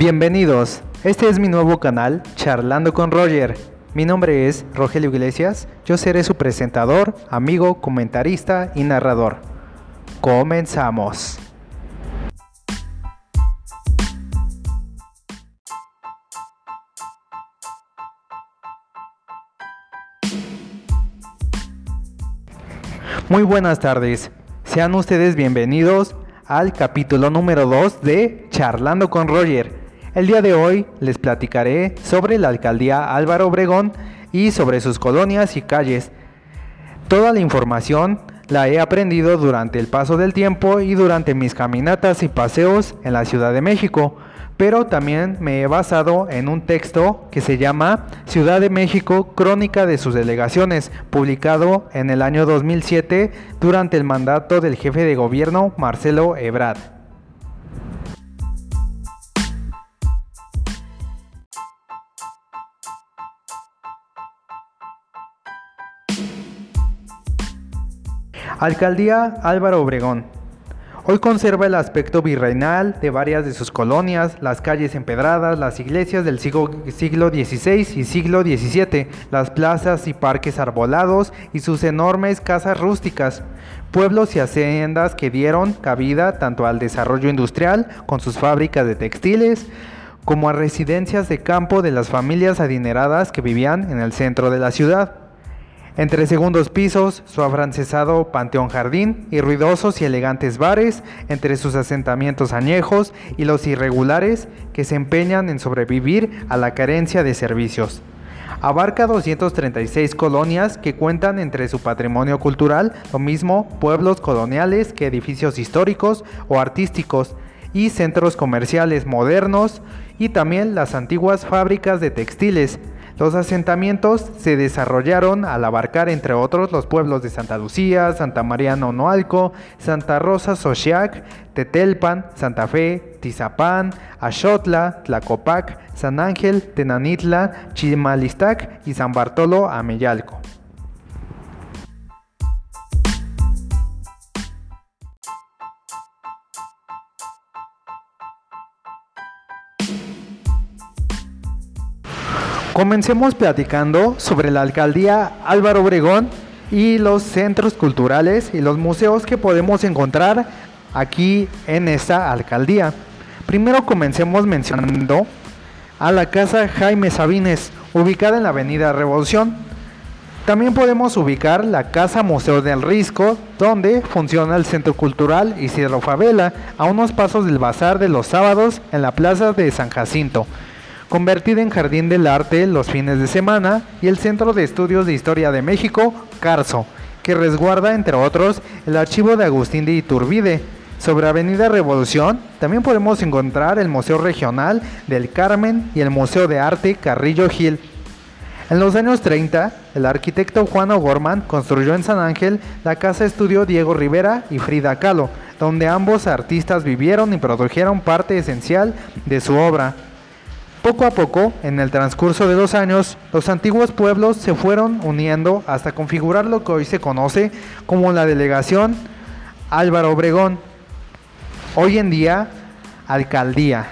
Bienvenidos, este es mi nuevo canal, Charlando con Roger. Mi nombre es Rogelio Iglesias, yo seré su presentador, amigo, comentarista y narrador. Comenzamos. Muy buenas tardes, sean ustedes bienvenidos al capítulo número 2 de Charlando con Roger. El día de hoy les platicaré sobre la alcaldía Álvaro Obregón y sobre sus colonias y calles. Toda la información la he aprendido durante el paso del tiempo y durante mis caminatas y paseos en la Ciudad de México, pero también me he basado en un texto que se llama Ciudad de México, Crónica de sus delegaciones, publicado en el año 2007 durante el mandato del jefe de gobierno Marcelo Ebrard. Alcaldía Álvaro Obregón. Hoy conserva el aspecto virreinal de varias de sus colonias, las calles empedradas, las iglesias del siglo XVI y siglo XVII, las plazas y parques arbolados y sus enormes casas rústicas, pueblos y haciendas que dieron cabida tanto al desarrollo industrial con sus fábricas de textiles, como a residencias de campo de las familias adineradas que vivían en el centro de la ciudad. Entre segundos pisos, su afrancesado panteón jardín y ruidosos y elegantes bares, entre sus asentamientos añejos y los irregulares que se empeñan en sobrevivir a la carencia de servicios. Abarca 236 colonias que cuentan entre su patrimonio cultural lo mismo pueblos coloniales que edificios históricos o artísticos y centros comerciales modernos y también las antiguas fábricas de textiles. Los asentamientos se desarrollaron al abarcar entre otros los pueblos de Santa Lucía, Santa María Nonoalco, Santa Rosa Xochiac, Tetelpan, Santa Fe, Tizapán, Axotla, Tlacopac, San Ángel, Tenanitla, Chimalistac y San Bartolo Ameyalco. Comencemos platicando sobre la alcaldía Álvaro Obregón y los centros culturales y los museos que podemos encontrar aquí en esta alcaldía. Primero comencemos mencionando a la casa Jaime Sabines, ubicada en la avenida Revolución. También podemos ubicar la casa Museo del Risco, donde funciona el Centro Cultural Isidro Fabela, a unos pasos del Bazar de los Sábados en la plaza de San Jacinto, convertida en Jardín del Arte los fines de semana, y el Centro de Estudios de Historia de México, Carso, que resguarda, entre otros, el archivo de Agustín de Iturbide. Sobre Avenida Revolución también podemos encontrar el Museo Regional del Carmen y el Museo de Arte Carrillo Gil. En los años 30, el arquitecto Juan O'Gorman construyó en San Ángel la Casa Estudio Diego Rivera y Frida Kahlo, donde ambos artistas vivieron y produjeron parte esencial de su obra. Poco a poco, en el transcurso de los años, los antiguos pueblos se fueron uniendo hasta configurar lo que hoy se conoce como la delegación Álvaro Obregón, hoy en día alcaldía.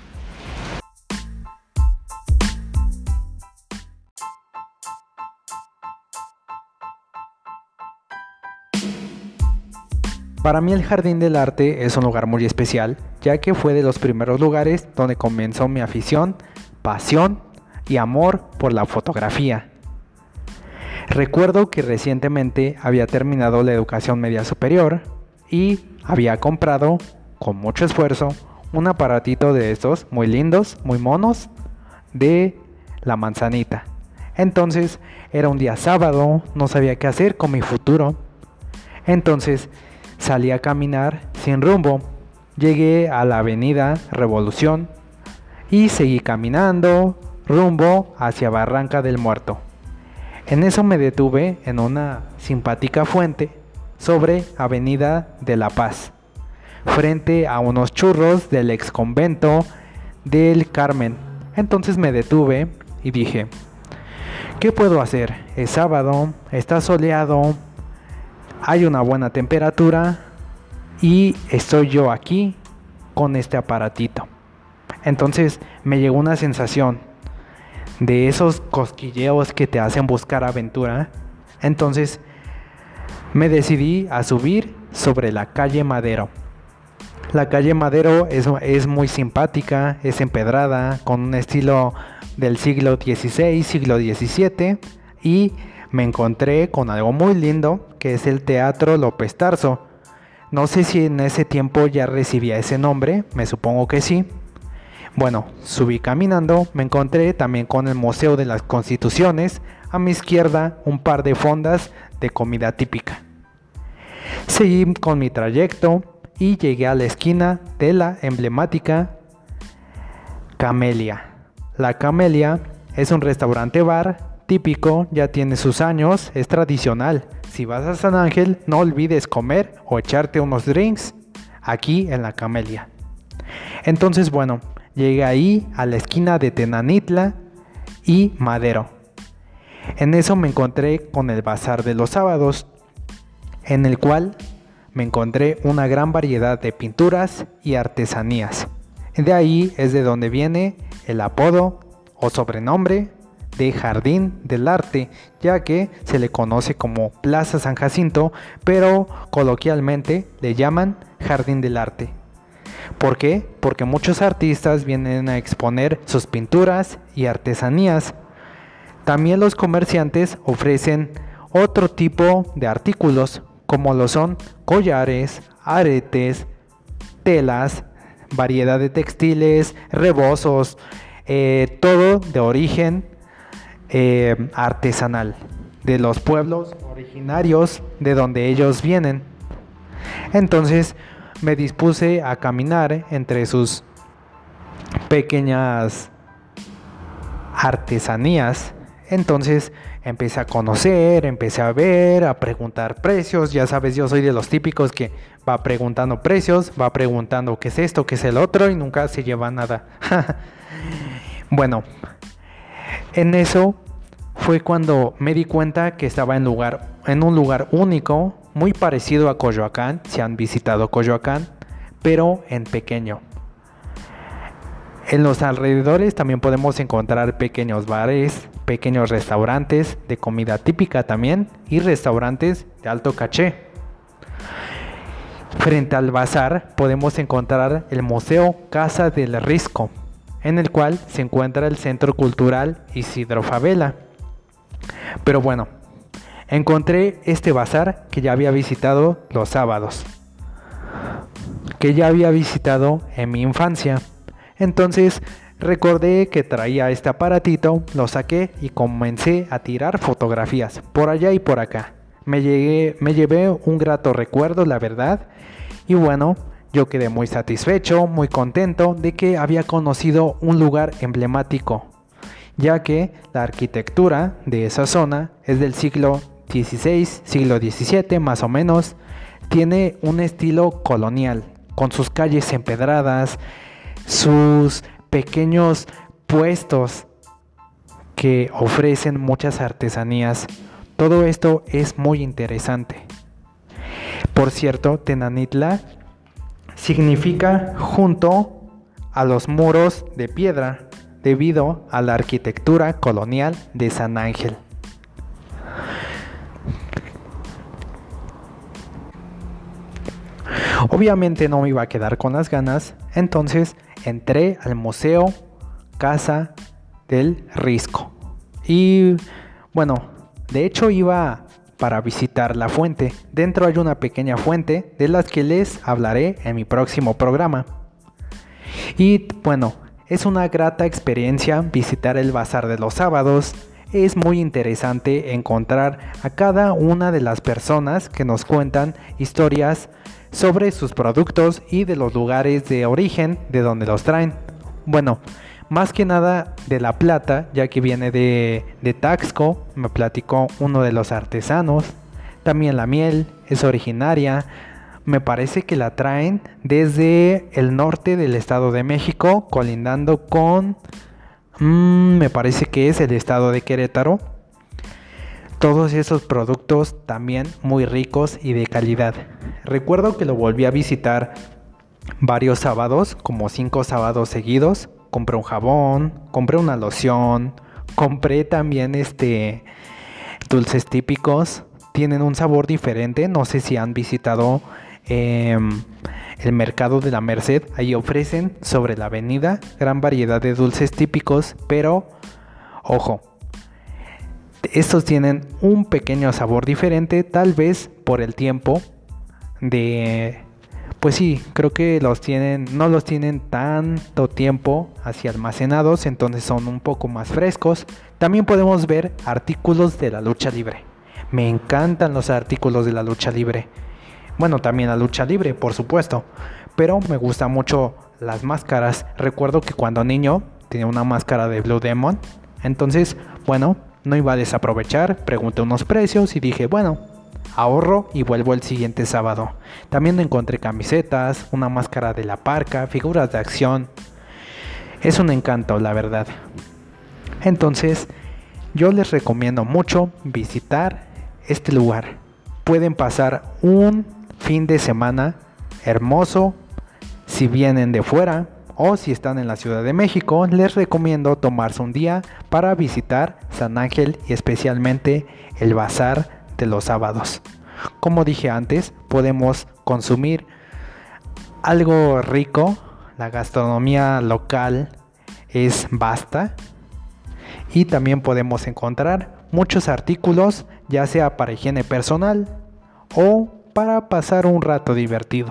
Para mí el Jardín del Arte es un lugar muy especial, ya que fue de los primeros lugares donde comenzó mi afición, pasión y amor por la fotografía. Recuerdo que recientemente había terminado la educación media superior y había comprado, con mucho esfuerzo, un aparatito de estos muy lindos, muy monos, de la manzanita. Entonces era un día sábado, no sabía qué hacer con mi futuro. Entonces salí a caminar sin rumbo, llegué a la avenida Revolución y seguí caminando rumbo hacia Barranca del Muerto. En eso me detuve en una simpática fuente sobre Avenida de la Paz, frente a unos churros del ex convento del Carmen. Entonces me detuve y dije, ¿qué puedo hacer? Es sábado, está soleado, hay una buena temperatura y estoy yo aquí con este aparatito. Entonces me llegó una sensación de esos cosquilleos que te hacen buscar aventura. Entonces me decidí a subir sobre la calle Madero. La calle Madero es muy simpática, es empedrada, con un estilo del siglo XVI, siglo XVII, y me encontré con algo muy lindo, que es el Teatro López Tarso. No sé si en ese tiempo ya recibía ese nombre, me supongo que sí. Bueno, subí caminando, me encontré también con el Museo de las Constituciones, a mi izquierda un par de fondas de comida típica. Seguí con mi trayecto y llegué a la esquina de la emblemática Camelia. La Camelia es un restaurante bar típico, ya tiene sus años, es tradicional. Si vas a San Ángel, no olvides comer o echarte unos drinks aquí en la Camelia. Entonces, bueno, llegué ahí a la esquina de Tenanitla y Madero. En eso me encontré con el bazar de los sábados, en el cual me encontré una gran variedad de pinturas y artesanías. De ahí es de donde viene el apodo o sobrenombre de Jardín del Arte, ya que se le conoce como Plaza San Jacinto, pero coloquialmente le llaman Jardín del Arte. ¿Por qué? Porque muchos artistas vienen a exponer sus pinturas y artesanías. También los comerciantes ofrecen otro tipo de artículos, como lo son collares, aretes, telas, variedad de textiles, rebozos, todo de origen artesanal, de los pueblos originarios de donde ellos vienen. Entonces me dispuse a caminar entre sus pequeñas artesanías. Entonces empecé a conocer, empecé a ver, a preguntar precios. Ya sabes, yo soy de los típicos que va preguntando precios, va preguntando qué es esto, qué es el otro, y nunca se lleva nada. Bueno, en eso fue cuando me di cuenta que estaba en un lugar único, muy parecido a Coyoacán, si han visitado Coyoacán, pero en pequeño. En los alrededores también podemos encontrar pequeños bares, pequeños restaurantes de comida típica también, y restaurantes de alto caché. Frente al bazar podemos encontrar el Museo Casa del Risco, en el cual se encuentra el Centro Cultural Isidro Fabela. Pero bueno, encontré este bazar que ya había visitado los sábados, que ya había visitado en mi infancia. Entonces recordé que traía este aparatito, lo saqué y comencé a tirar fotografías por allá y por acá. Me llevé un grato recuerdo, la verdad, y bueno, yo quedé muy satisfecho, muy contento de que había conocido un lugar emblemático, ya que la arquitectura de esa zona es del siglo XVI, siglo XVII más o menos. Tiene un estilo colonial, con sus calles empedradas, sus pequeños puestos que ofrecen muchas artesanías. Todo esto es muy interesante. Por cierto, Tenanitla significa junto a los muros de piedra, debido a la arquitectura colonial de San Ángel. Obviamente no me iba a quedar con las ganas, entonces entré al Museo Casa del Risco. Y bueno, de hecho iba para visitar la fuente. Dentro hay una pequeña fuente de las que les hablaré en mi próximo programa. Y bueno, es una grata experiencia visitar el bazar de los sábados. Es muy interesante encontrar a cada una de las personas que nos cuentan historias sobre sus productos y de los lugares de origen de donde los traen. Bueno, más que nada de la plata, ya que viene de Taxco, me platicó uno de los artesanos. También la miel es originaria, me parece que la traen desde el norte del Estado de México, colindando con, me parece que es el estado de Querétaro. Todos esos productos también muy ricos y de calidad. Recuerdo que lo volví a visitar varios sábados, como 5 sábados seguidos. Compré un jabón, compré una loción, compré también dulces típicos. Tienen un sabor diferente. No sé si han visitado el mercado de la Merced. Ahí ofrecen sobre la avenida gran variedad de dulces típicos, pero ojo, estos tienen un pequeño sabor diferente, tal vez por el tiempo de... Pues sí, creo que no los tienen tanto tiempo así almacenados, entonces son un poco más frescos. También podemos ver artículos de la lucha libre. Me encantan los artículos de la lucha libre. Bueno, también la lucha libre, por supuesto. Pero me gustan mucho las máscaras. Recuerdo que cuando niño tenía una máscara de Blue Demon. Entonces, bueno, no iba a desaprovechar. Pregunté unos precios y dije, bueno, ahorro y vuelvo el siguiente sábado. También encontré camisetas, una máscara de la parca, figuras de acción. Es un encanto, la verdad. Entonces, yo les recomiendo mucho visitar este lugar. Pueden pasar un fin de semana hermoso. Si vienen de fuera o si están en la Ciudad de México, les recomiendo tomarse un día para visitar San Ángel y especialmente el bazar de los sábados. Como dije antes, podemos consumir algo rico. La gastronomía local es vasta y también podemos encontrar muchos artículos, ya sea para higiene personal o para pasar un rato divertido.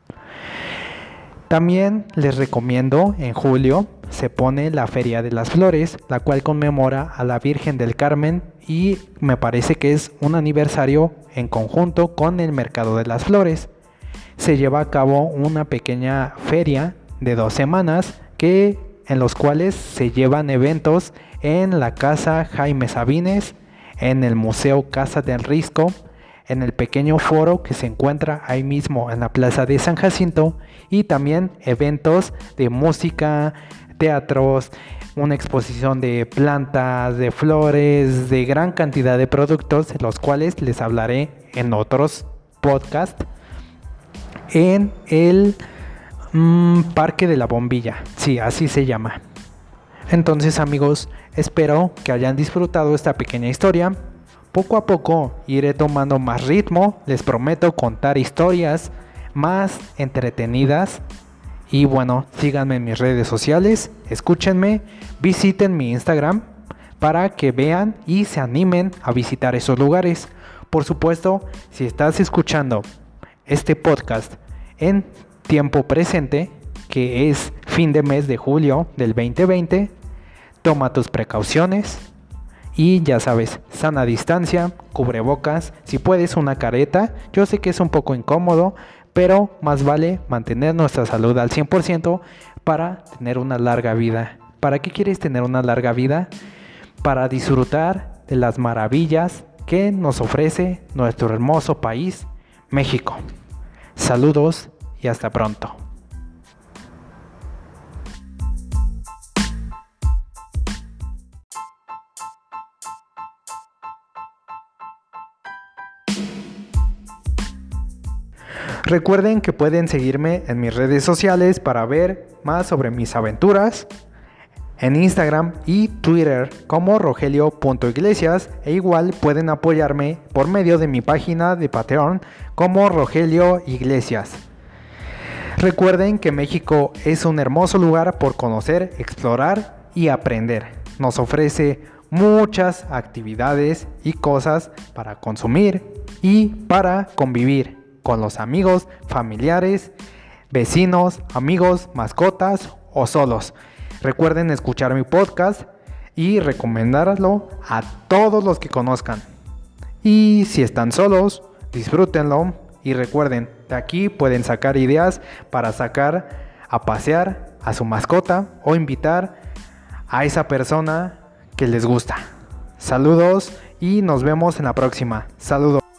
También les recomiendo, en julio se pone la Feria de las Flores, la cual conmemora a la Virgen del Carmen y me parece que es un aniversario en conjunto con el Mercado de las Flores. Se lleva a cabo una pequeña feria de 2 semanas en los cuales se llevan eventos en la Casa Jaime Sabines, en el Museo Casa del Risco, en el pequeño foro que se encuentra ahí mismo en la Plaza de San Jacinto, y también eventos de música, teatros, una exposición de plantas, de flores, de gran cantidad de productos, los cuales les hablaré en otros podcasts, en el Parque de la Bombilla, sí, así se llama. Entonces, amigos, espero que hayan disfrutado esta pequeña historia. Poco a poco iré tomando más ritmo, les prometo contar historias más entretenidas. Y bueno, síganme en mis redes sociales, escúchenme, visiten mi Instagram para que vean y se animen a visitar esos lugares. Por supuesto, si estás escuchando este podcast en tiempo presente, que es fin de mes de julio del 2020, toma tus precauciones. Y ya sabes, sana distancia, cubrebocas, si puedes una careta. Yo sé que es un poco incómodo, pero más vale mantener nuestra salud al 100% para tener una larga vida. ¿Para qué quieres tener una larga vida? Para disfrutar de las maravillas que nos ofrece nuestro hermoso país, México. Saludos y hasta pronto. Recuerden que pueden seguirme en mis redes sociales para ver más sobre mis aventuras en Instagram y Twitter como rogelio.iglesias, e igual pueden apoyarme por medio de mi página de Patreon como Rogelio Iglesias. Recuerden que México es un hermoso lugar por conocer, explorar y aprender. Nos ofrece muchas actividades y cosas para consumir y para convivir con los amigos, familiares, vecinos, amigos, mascotas o solos. Recuerden escuchar mi podcast y recomendarlo a todos los que conozcan. Y si están solos, disfrútenlo y recuerden, de aquí pueden sacar ideas para sacar a pasear a su mascota o invitar a esa persona que les gusta. Saludos y nos vemos en la próxima. Saludos.